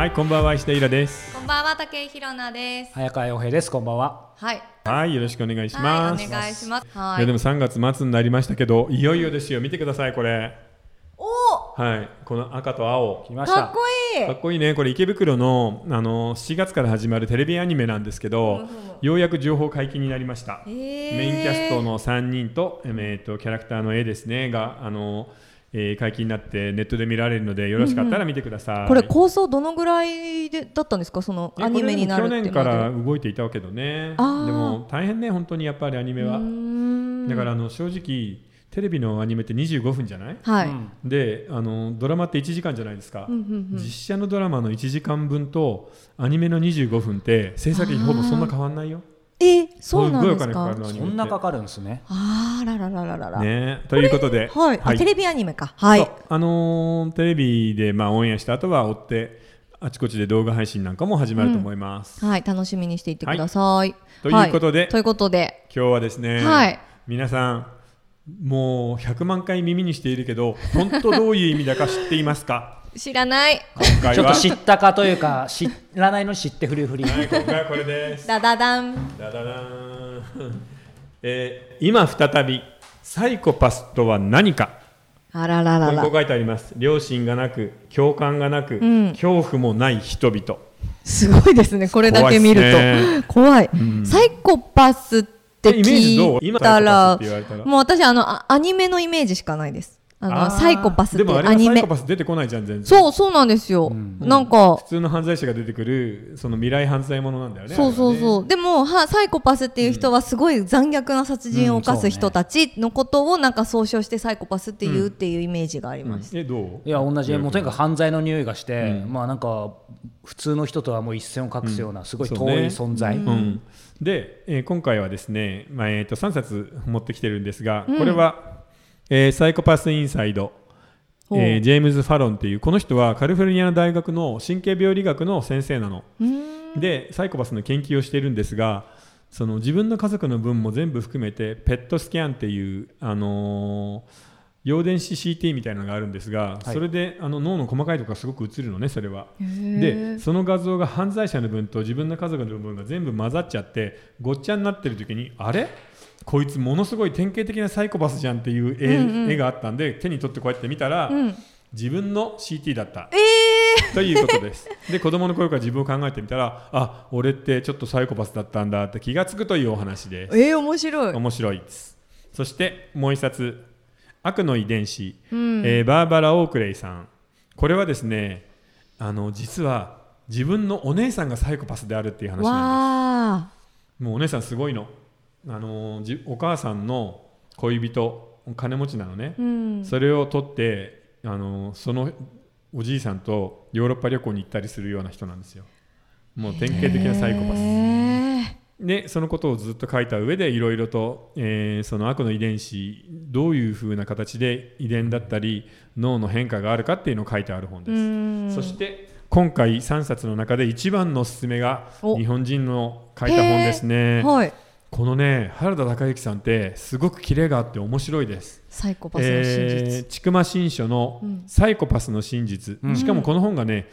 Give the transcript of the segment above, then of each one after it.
はい、こんばんは、石田イラです。 こんばんは、武井宏奈です。 早川洋平です。こんばんは。 はい、よろしくお願いします。 はい、お願いします。 いやでも3月末になりましたけど、いよいよですよ。見てください、これ。はい、この赤と青。 来ました。 かっこいい。 かっこいいね。これ池袋の、7月から始まるテレビアニメなんですけど、ようやく情報解禁になりました。メインキャストの3人と、キャラクターの絵ですねが解禁になってネットで見られるので、よろしかったら見てください。 これ構想どのぐらいだったんですか、そのアニメになるっていうので。 去年から動いていたわけどね。でも大変ね、本当にやっぱりアニメは。だから正直テレビのアニメって25分じゃない、 はい、 でドラマって1時間じゃないですか、実写のドラマの1時間分とアニメの25分って制作費ほぼそんな変わんないよ。 そうなんですか。 すごいお金かかるの。 そんなかかるんですね。 ね、ということで、 テレビアニメか。はい。 テレビでオンエアした後は追ってあちこちで動画配信なんかも始まると思います。 はい、楽しみにしていてください。 ということで、 今日はですね、皆さんもう100万回耳にしているけど、本当どういう意味だか知っていますか？ 知らない。 今回はちょっと知ったかというか知らないのに知ってフリフリ。 はい、今回はこれです。 ダダダン。 ダダダン。今再びサイコパスとは何か。 あらららら。 こう書いてあります。良心がなく、共感がなく、恐怖もない人々。 すごいですね、これだけ見ると怖い。サイコパスって聞いたら、もう私アニメのイメージしかないです。サイコパスっていうアニメ。でもあれはサイコパス出てこないじゃん、全然。 そうなんですよ。なんか普通の犯罪者が出てくるその未来犯罪ものなんだよね。 そうでもサイコパスっていう人はすごい残虐な殺人を犯す人たちのことをなんか総称してサイコパスっていうっていうイメージがあります。 どう？ いや同じ。もうとにかく犯罪の匂いがして、なんか普通の人とはもう一線を画すようなすごい遠い存在。 で、今回はですね、3冊持ってきてるんですが、これはサイコパスインサイド、ジェームズ・ファロンっていう、この人はカリフォルニアの大学の神経病理学の先生なの。でサイコパスの研究をしているんですが、その自分の家族の分も全部含めてペットスキャンっていう、陽電子 CT みたいなのがあるんですが、それで脳の細かいところがすごく映るのね、それは。でその画像が犯罪者の分と自分の家族の分が全部混ざっちゃってごっちゃになってる時に、あれこいつものすごい典型的なサイコパスじゃんっていう絵があったんで、手に取ってこうやって見たら、自分の CT だった、ということです。で子供の頃から自分を考えてみたら、俺ってちょっとサイコパスだったんだって気がつくというお話です。 面白いです。そしてもう一冊、悪の遺伝子、バーバラ・オークレイさん。これはですね、実は自分のお姉さんがサイコパスであるっていう話なんです。もうお姉さんすごいの。お母さんの恋人、金持ちなのね、それを取ってそのおじいさんとヨーロッパ旅行に行ったりするような人なんですよ。もう典型的なサイコパスで、そのことをずっと書いた上でいろいろと、その悪の遺伝子、どういうふうな形で遺伝だったり脳の変化があるかっていうのを書いてある本です。そして今回3冊の中で一番のおすすめが日本人の書いた本ですね。このね、原田孝之さんってすごくキレがあって面白いです。 サイコパスの真実、 千曲新書のサイコパスの真実、しかもこの本がね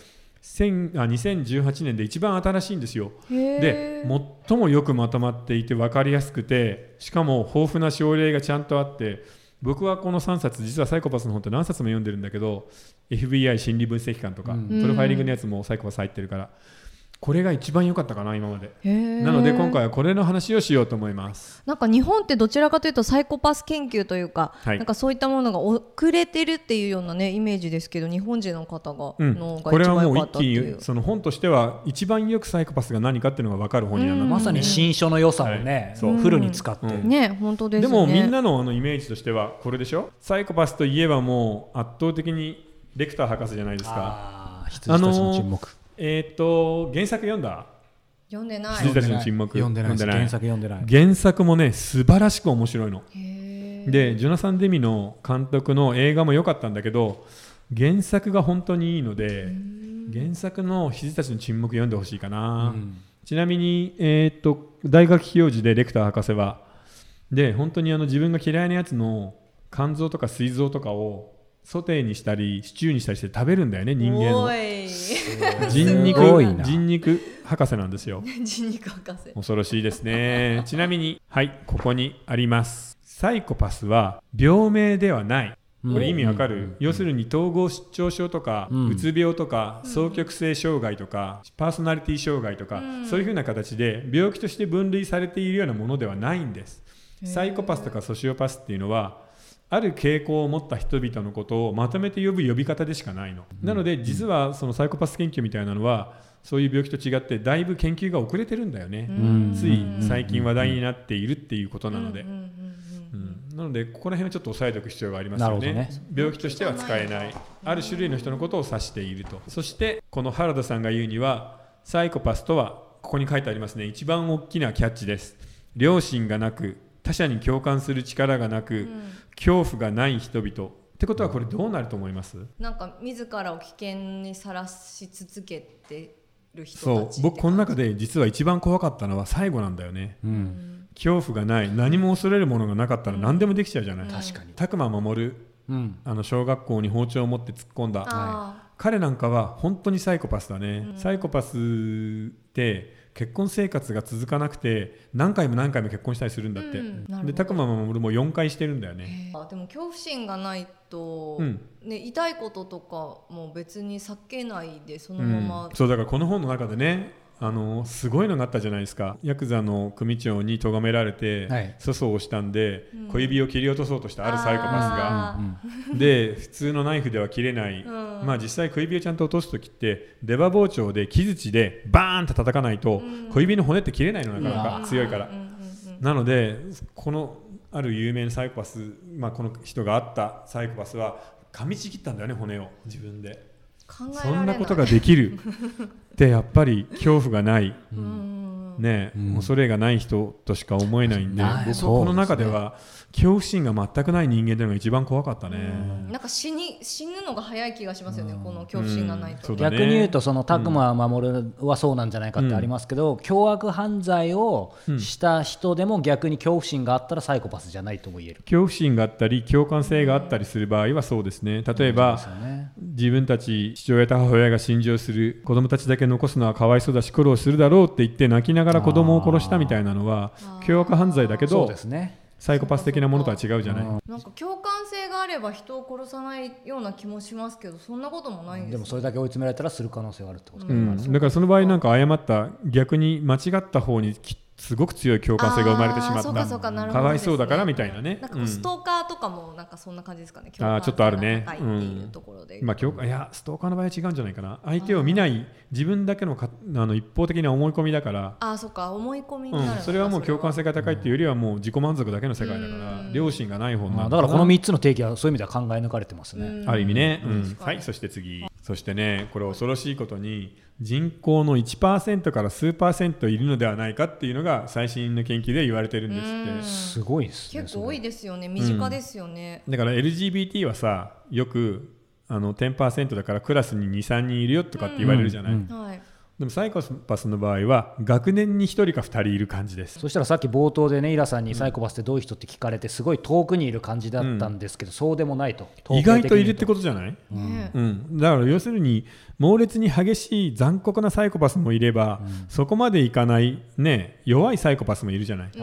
2018年で一番新しいんですよ。で最もよくまとまっていて分かりやすくて、しかも豊富な症例がちゃんとあって、僕はこの3冊実はサイコパスの本って何冊も読んでるんだけど、 FBI 心理分析官とか、プロファイリングのやつもサイコパス入ってるから、これが一番良かったかな今まで。なので今回はこれの話をしようと思います。 なんか日本ってどちらかというとサイコパス研究というか、なんかそういったものが遅れてるっていうようなねイメージですけど、日本人の方がのがこれ一番はもう一気良かったっていう。 にその本としては一番よくサイコパスが何かっていうのが分かる本になる。 まさに新書の良さをね、フルに使ってね、本当ですね。 でもみんなのイメージとしてはこれでしょ。サイコパスといえばもう圧倒的にレクター博士じゃないですか。 羊たちの沈黙。 原作読んだ？ 読んでない。 羊たちの沈黙読んでない。原作読んでない。 原作もね素晴らしく面白いの。でジョナサン・デミの監督の映画も良かったんだけど、原作が本当にいいので原作の羊たちの沈黙読んでほしいかな。ちなみに、大学教授でレクター博士はで本当に自分が嫌いなやつの肝臓とか膵臓とかをソテーにしたりシチューにしたりして食べるんだよね、人間を。 人肉博士なんですよ。 人肉博士、 恐ろしいですね。ちなみに、はい、ここにあります。サイコパスは病名ではない。これ意味わかる？要するに統合失調症とか、うつ病とか、双極性障害とか、パーソナリティ障害とか、そういうふうな形で病気として分類されているようなものではないんです。サイコパスとかソシオパスっていうのはある傾向を持った人々のことをまとめて呼ぶ呼び方でしかないの。なので実はそのサイコパス研究みたいなのはそういう病気と違ってだいぶ研究が遅れてるんだよね。つい最近話題になっているっていうことなので、なのでここら辺はちょっと押さえておく必要がありますよね。病気としては使えないある種類の人のことを指していると。そしてこの原田さんが言うにはサイコパスとはここに書いてありますね。一番大きなキャッチです。良心がなく他者に共感する力がなく、恐怖がない人々ってことはこれどうなると思います？ なんか自らを危険にさらし続けてる人たち。 そう、僕この中で実は一番怖かったのは最後なんだよね。恐怖がない、何も恐れるものがなかったら何でもできちゃうじゃない。 確かに。 拓磨守、小学校に包丁を持って突っ込んだ、彼なんかは本当にサイコパスだね。サイコパスって結婚生活が続かなくて何回も結婚したりするんだって。で拓磨守も4回してるんだよね。 でも恐怖心がないと、痛いこととかも別に避けないでそのまま、 そうだからこの本の中でね、すごいのがあったじゃないですか。ヤクザの組長に咎められて、粗相をしたんで、小指を切り落とそうとしたあるサイコパスが、で普通のナイフでは切れない、実際小指をちゃんと落とす時って出刃包丁で木槌でバーンと叩かないと、小指の骨って切れないの、なかなか強いから。なのでこのある有名なサイコパス、この人があったサイコパスは噛みちぎったんだよね、骨を自分で。そんなことができるってやっぱり恐怖がない、恐れがない人としか思えないんで、僕この中では恐怖心が全くない人間というのが一番怖かったね。 なんか死ぬのが早い気がしますよね、この恐怖心がないと。 逆に言うとその拓磨守はそうなんじゃないかってありますけど、凶悪犯罪をした人でも逆に恐怖心があったらサイコパスじゃないとも言える。 恐怖心があったり共感性があったりする場合はそうですね。例えば、自分たち父親と母親が心中する、子供たちだけ残すのはかわいそうだし苦労するだろうって言って泣きながら子供を殺したみたいなのは凶悪犯罪だけど、サイコパス的なものとは違うじゃない。 なんか共感性があれば人を殺さないような気もしますけど、そんなこともないんです。 でもそれだけ追い詰められたらする可能性があるってことですね。 だからその場合なんか誤った逆に間違った方にすごく強い共感性が生まれてしまった、かわいそうだからみたいなね。 なんかストーカーとかもなんかそんな感じですかね。 ちょっとあるね。 いやストーカーの場合は違うんじゃないかな。相手を見ない自分だけの一方的な思い込みだから。 そうか、思い込みになる。 それはもう共感性が高いっていうよりはもう自己満足だけの世界だから、良心がない本なんだ。 だからこの3つの定義はそういう意味では考え抜かれてますね。 ある意味ね。はい、そして次。そしてね、これ恐ろしいことに人口の 1% から数%いるのではないかっていうのが最新の研究で言われてるんですって。 すごいですね。 結構多いですよね。身近ですよね。 だから LGBT はさ、よく10% だからクラスに 2,3 人いるよとかって言われるじゃない。でもサイコパスの場合は学年に1人か2人いる感じです。 そしたらさっき冒頭でね、イラさんにサイコパスってどういう人って聞かれてすごい遠くにいる感じだったんですけど、そうでもないと。 意外といるってことじゃない？だから要するに猛烈に激しい残酷なサイコパスもいれば、そこまでいかないね、弱いサイコパスもいるじゃない。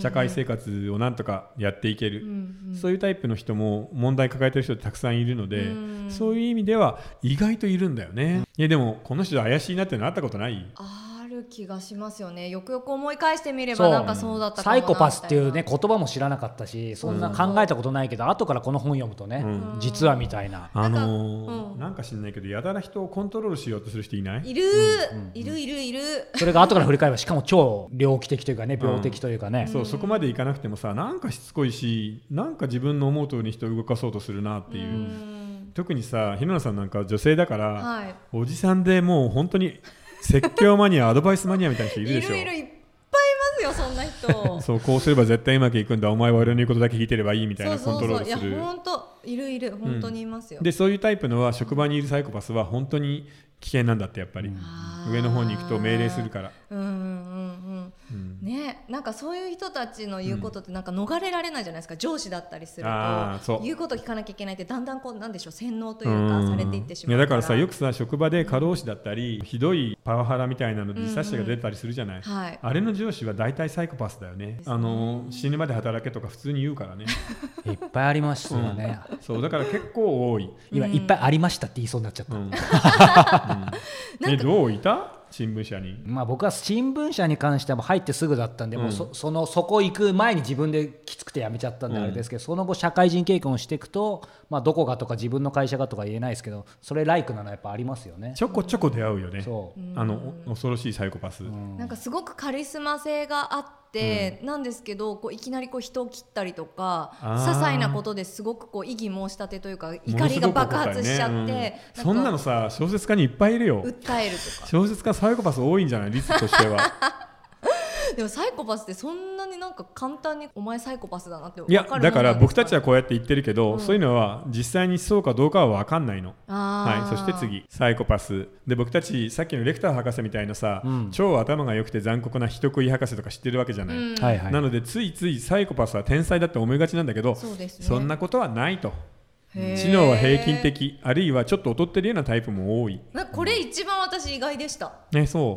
社会生活をなんとかやっていける、そういうタイプの人も問題抱えてる人ってたくさんいるので、そういう意味では意外といるんだよね。いやでもこの人怪しいなってのあったことない？ ある気がしますよね。よくよく思い返してみればなんかそうだったかもな。 サイコパスっていうね言葉も知らなかったし、そんな考えたことないけど、後からこの本読むとね、実はみたいな。 なんか知んないけどやたら人をコントロールしようとする人いない？いる。 それが後から振り返ればしかも超猟奇的というかね、病的というかね。 そこまでいかなくてもさ、なんかしつこいし、なんか自分の思う通りに人を動かそうとするなっていう。特にさ、日野さんなんか女性だから、おじさんでもう本当に説教マニアアドバイスマニアみたいな人いるでしょ。 いっぱいいますよ、そんな人。 そう、こうすれば絶対うまくいくんだ、お前は俺の言うことだけ聞いてればいいみたいなコントロールする。 いや本当いる本当にいますよ。 でそういうタイプのは職場にいるサイコパスは本当に危険なんだって。やっぱり上の方に行くと命令するから。 ね、なんかそういう人たちの言うことってなんか逃れられないじゃないですか、上司だったりすると言うこと聞かなきゃいけないってだんだんこうなんでしょう、洗脳というかされていってしまうから。 だからさ、よくさ職場で過労死だったり、ひどいパワハラみたいなので自殺者が出たりするじゃない、あれの上司は大体サイコパスだよね。死ぬまで働けとか普通に言うからねいっぱいありますよね、 そうだから結構多い。 今いっぱいありましたって言いそうになっちゃった、 どういた新聞社に。 僕は新聞社に関しては入ってすぐだったんで、もうそこ行く前に自分できつくて辞めちゃったんであれですけど、その後社会人経験をしていくと、どこがとか自分の会社がとか言えないですけど、それライクなのはやっぱありますよね。 ちょこちょこ出会うよね。 そう恐ろしいサイコパス、 なんかすごくカリスマ性があってなんですけど、こういきなりこう人を切ったりとか些細なことですごくこう異議申し立てというか怒りが爆発しちゃって、 そんなのさ小説家にいっぱいいるよ。 訴えるとか小説家サイコパス多いんじゃない、率としてはでもサイコパスってそんなになんか簡単にお前サイコパスだなって分かるもんなんですか。 いやだから僕たちはこうやって言ってるけど、そういうのは実際にそうかどうかは分かんないの。そして次サイコパスで、僕たちさっきのレクター博士みたいなさ、超頭が良くて残酷な人食い博士とか知ってるわけじゃない、なのでついついサイコパスは天才だって思いがちなんだけど、そんなことはないと。知能は平均的、あるいはちょっと劣ってるようなタイプも多い。 これ一番私意外でした。 そう、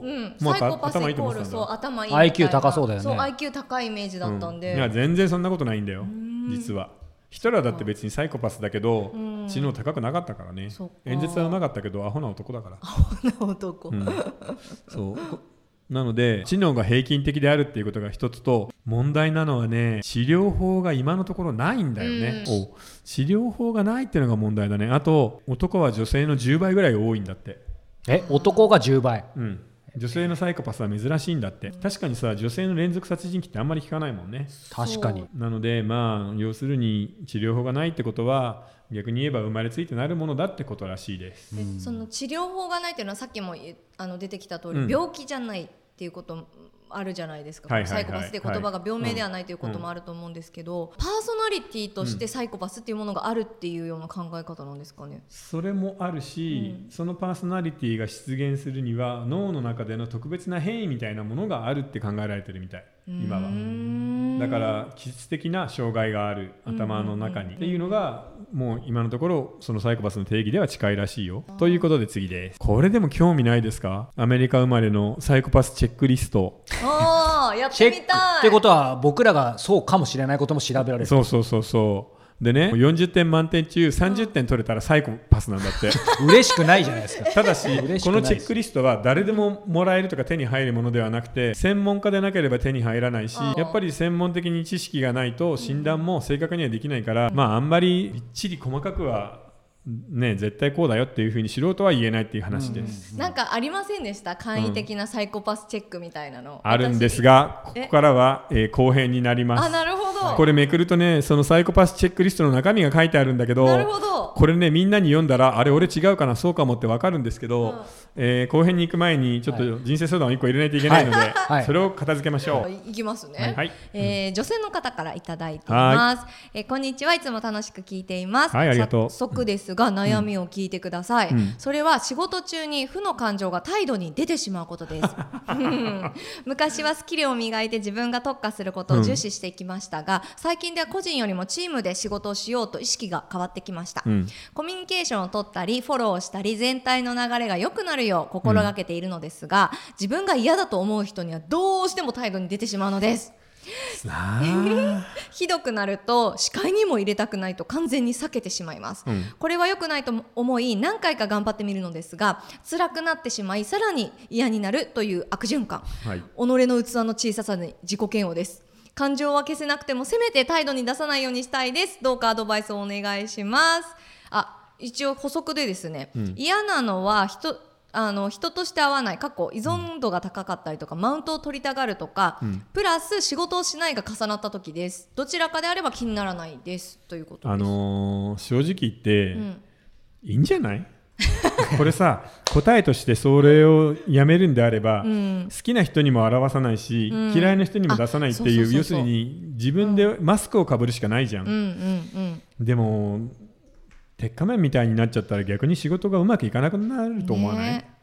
サイコパスイコールそう頭いい、 IQ 高そうだよね。 そう IQ 高いイメージだったんで、 いや全然そんなことないんだよ実は。ヒトラーだって別にサイコパスだけど知能高くなかったからね。演説はうまかったけどアホな男だから。 アホな男、 そうなので知能が平均的であるっていうことが一つと、問題なのはね、治療法が今のところないんだよね。治療法がないっていうのが問題だね。あと男は女性の10倍ぐらい多いんだって。 男が10倍、 女性のサイコパスは珍しいんだって。確かにさ、女性の連続殺人鬼ってあんまり聞かないもんね。 確かに。 なので要するに治療法がないってことは逆に言えば生まれついてなるものだってことらしいです。 その治療法がないっていうのはさっきも出てきた通り、病気じゃないっていうことあるじゃないですか。サイコパスっていう言葉が病名ではないということもあると思うんですけど、パーソナリティとしてサイコパスっていうものがあるっていうような考え方なんですかね。 それもあるし、そのパーソナリティが出現するには脳の中での特別な変異みたいなものがあるって考えられてるみたい今は。だから気質的な障害がある頭の中にっていうのがもう今のところそのサイコパスの定義では近いらしいよ。ということで次です。これでも興味ないですか？アメリカ生まれのサイコパスチェックリスト。 やってみたい。 ってことは僕らがそうかもしれないことも調べられる。 そうでね、40点満点中30点取れたらサイコパスなんだって嬉しくないじゃないですか。 ただしこのチェックリストは誰でももらえるとか手に入るものではなくて、専門家でなければ手に入らないし、やっぱり専門的に知識がないと診断も正確にはできないから、あんまりびっちり細かくはね、絶対こうだよっていう風に素人は言えないっていう話です。 なんかありませんでした？簡易的なサイコパスチェックみたいなの。 あるんですが、ここからは、後編になります。 なるほど。 これめくるとね、そのサイコパスチェックリストの中身が書いてあるんだけど、 なるほど。 これね、みんなに読んだらあれ俺違うかなそうかもって分かるんですけど、後編に行く前にちょっと人生相談を1個入れないといけないので、それを片付けましょう。 いきますね。女性の方からいただいています。こんにちは、いつも楽しく聞いています。 ありがとう。 早速ですが悩みを聞いてください。それは仕事中に負の感情が態度に出てしまうことです。昔はスキルを磨いて自分が特化することを重視していきましたが、最近では個人よりもチームで仕事をしようと意識が変わってきました。コミュニケーションを取ったりフォローをしたり全体の流れが良くなるよう心がけているのですが、自分が嫌だと思う人にはどうしても態度に出てしまうのです。ひどくなると視界にも入れたくないと完全に避けてしまいます。これは良くないと思い何回か頑張ってみるのですが、辛くなってしまいさらに嫌になるという悪循環、己の器の小ささに自己嫌悪です。感情は消せなくてもせめて態度に出さないようにしたいです。どうかアドバイスをお願いします。一応補足でですね、嫌なのは人として合わない、依存度が高かったりとか、マウントを取りたがるとか、プラス仕事をしないが重なった時です。どちらかであれば気にならないですということです。 正直言って、いいんじゃないこれさ、答えとしてそれをやめるんであれば、好きな人にも表さないし、嫌いな人にも出さないっていう、要するに自分でマスクをかぶるしかないじゃん。でも鉄仮面みたいになっちゃったら逆に仕事がうまくいかなくなると思わない？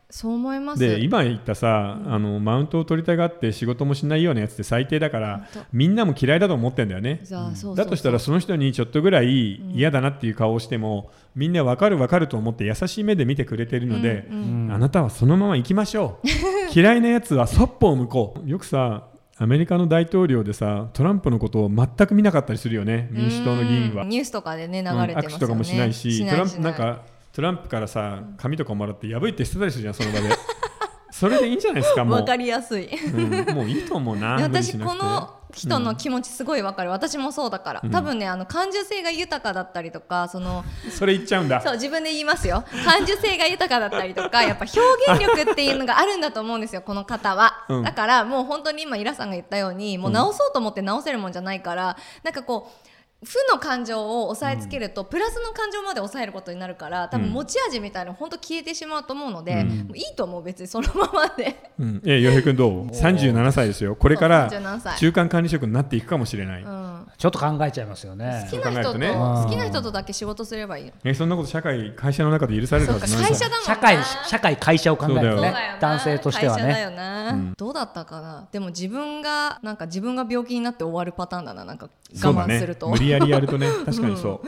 そう思います。 で今言ったさ、マウントを取りたがって仕事もしないようなやつって最低だからみんなも嫌いだと思ってんだよね。だとしたらその人にちょっとぐらい嫌だなっていう顔をしても、みんな分かる分かると思って優しい目で見てくれてるので、あなたはそのまま行きましょう嫌いなやつはそっぽを向こう。よくさアメリカの大統領でさトランプのことを全く見なかったりするよね、民主党の議員は。 ニュースとかでね流れてますよね、 握手とかもしないし、なんかトランプからさ紙とかもらって破いて捨てたりするじゃんその場でそれでいいんじゃないですか。もう分かりやすい、 もういいと思うな私この人の気持ちすごい分かる、私もそうだから、多分ね感受性が豊かだったりとかそれ言っちゃうんだ。 そう自分で言いますよ感受性が豊かだったりとかやっぱ表現力っていうのがあるんだと思うんですよこの方は、だからもう本当に今イラさんが言ったようにもう直そうと思って直せるもんじゃないから、なんかこう負の感情を抑えつけると、プラスの感情まで抑えることになるから多分持ち味みたいなの本当消えてしまうと思うので、もういいと思う別にそのままで。 洋平君どう？37歳ですよ。これから中間管理職になっていくかもしれない、 ちょっと考えちゃいますよね。 好きな人とだけ仕事すればいいよ。 そんなこと会社の中で許されるはずない。 社会会社を考えるね、男性としてはね。 会社だよな、どうだったかな。でも自分が病気になって終わるパターンだな、なんか我慢すると、 無理やりやるとね確かにそう、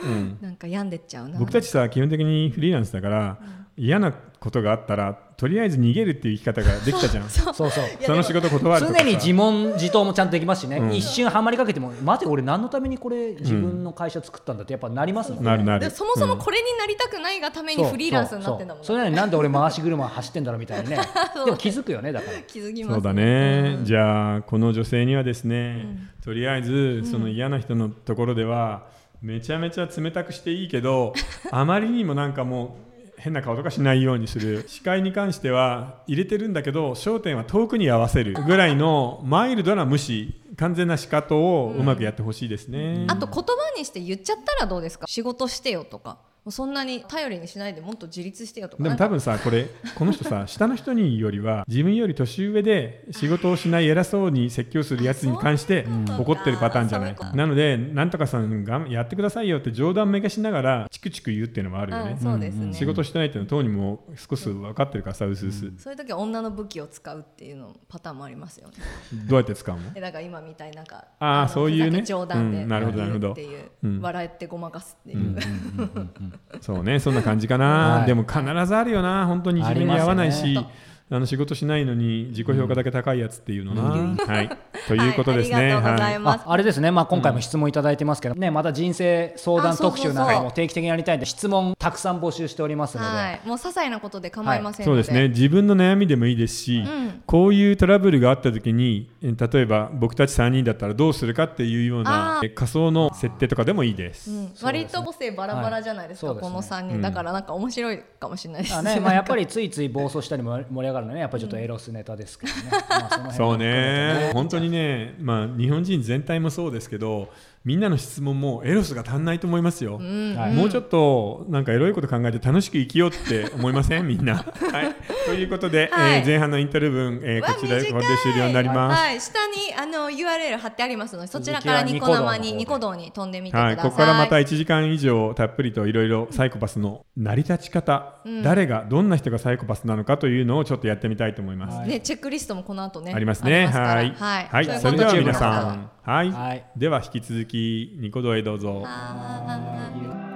なんか病んでっちゃうな。 僕たちさ基本的にフリーランスだから、嫌なことがあったらとりあえず逃げるっていう生き方ができたじゃん。 そうその仕事断るとか常に自問自答もちゃんとできますしね、一瞬ハマりかけても待て俺何のためにこれ自分の会社作ったんだってやっぱなりますもんね。 なるそもそもこれになりたくないがためにフリーランスになってんだもん。 それなのになんで俺回し車走ってんだろうみたいにねでも気づくよね。だから気づきます。 そうだね、じゃあこの女性にはですね、とりあえずその嫌な人のところではめちゃめちゃ冷たくしていいけどあまりにもなんかもう変な顔とかしないようにする。視界に関しては入れてるんだけど焦点は遠くに合わせるぐらいのマイルドな無視、完全な仕方をうまくやってほしいですね、 あと言葉にして言っちゃったらどうですか。仕事してよとかそんなに頼りにしないでもっと自立してよとか。 でも多分さこの人さ下の人によりは自分より年上で仕事をしない偉そうに説教するやつに関して怒ってるパターンじゃない。なのでなんとかさんがやってくださいよって冗談めかしながらチクチク言うっていうのもあるよね。 そうですね、 仕事してないっていうのは当にも少し分かってるからさ、うすうす、 そういう時は女の武器を使うっていうのパターンもありますよね。 どうやって使うの？ だから今みたいなんかそういうね冗談でなるほど言うっていう、笑ってごまかすっていう、 そうね、そんな感じかな、でも必ずあるよな本当に自分に合わないし、仕事しないのに自己評価だけ高いやつっていうのな、はい、ということですね。 ありがとうございます。 あれですね、今回も質問いただいてますけど、また人生相談特集なんかも定期的にやりたいんで質問たくさん募集しておりますので、 もう些細なことで構いませんので、 そうですね、自分の悩みでもいいですし、こういうトラブルがあった時に例えば僕たち3人だったらどうするかっていうような仮想の設定とかでもいいです。 割と母性バラバラじゃないですか、この3人だからなんか面白いかもしれないですね。やっぱりついつい暴走したり盛り上がるのね、やっぱりちょっとエロスネタですけどね。 そうね、本当にね、日本人全体もそうですけどみんなの質問もエロスが足んないと思いますよ、もうちょっとなんかエロいこと考えて楽しく生きようって思いませんみんな、ということで、前半のインタビュー分、こちらこれで終了になります。 下にURL 貼ってありますのでそちらからニコ生にニコ動に飛んでみてください。 ここからまた1時間以上たっぷりといろいろサイコパスの成り立ち方、誰がどんな人がサイコパスなのかというのをちょっとやってみたいと思います、 チェックリストもこの後ねありますね。それでは皆さん、では引き続きニコ動へどうぞ。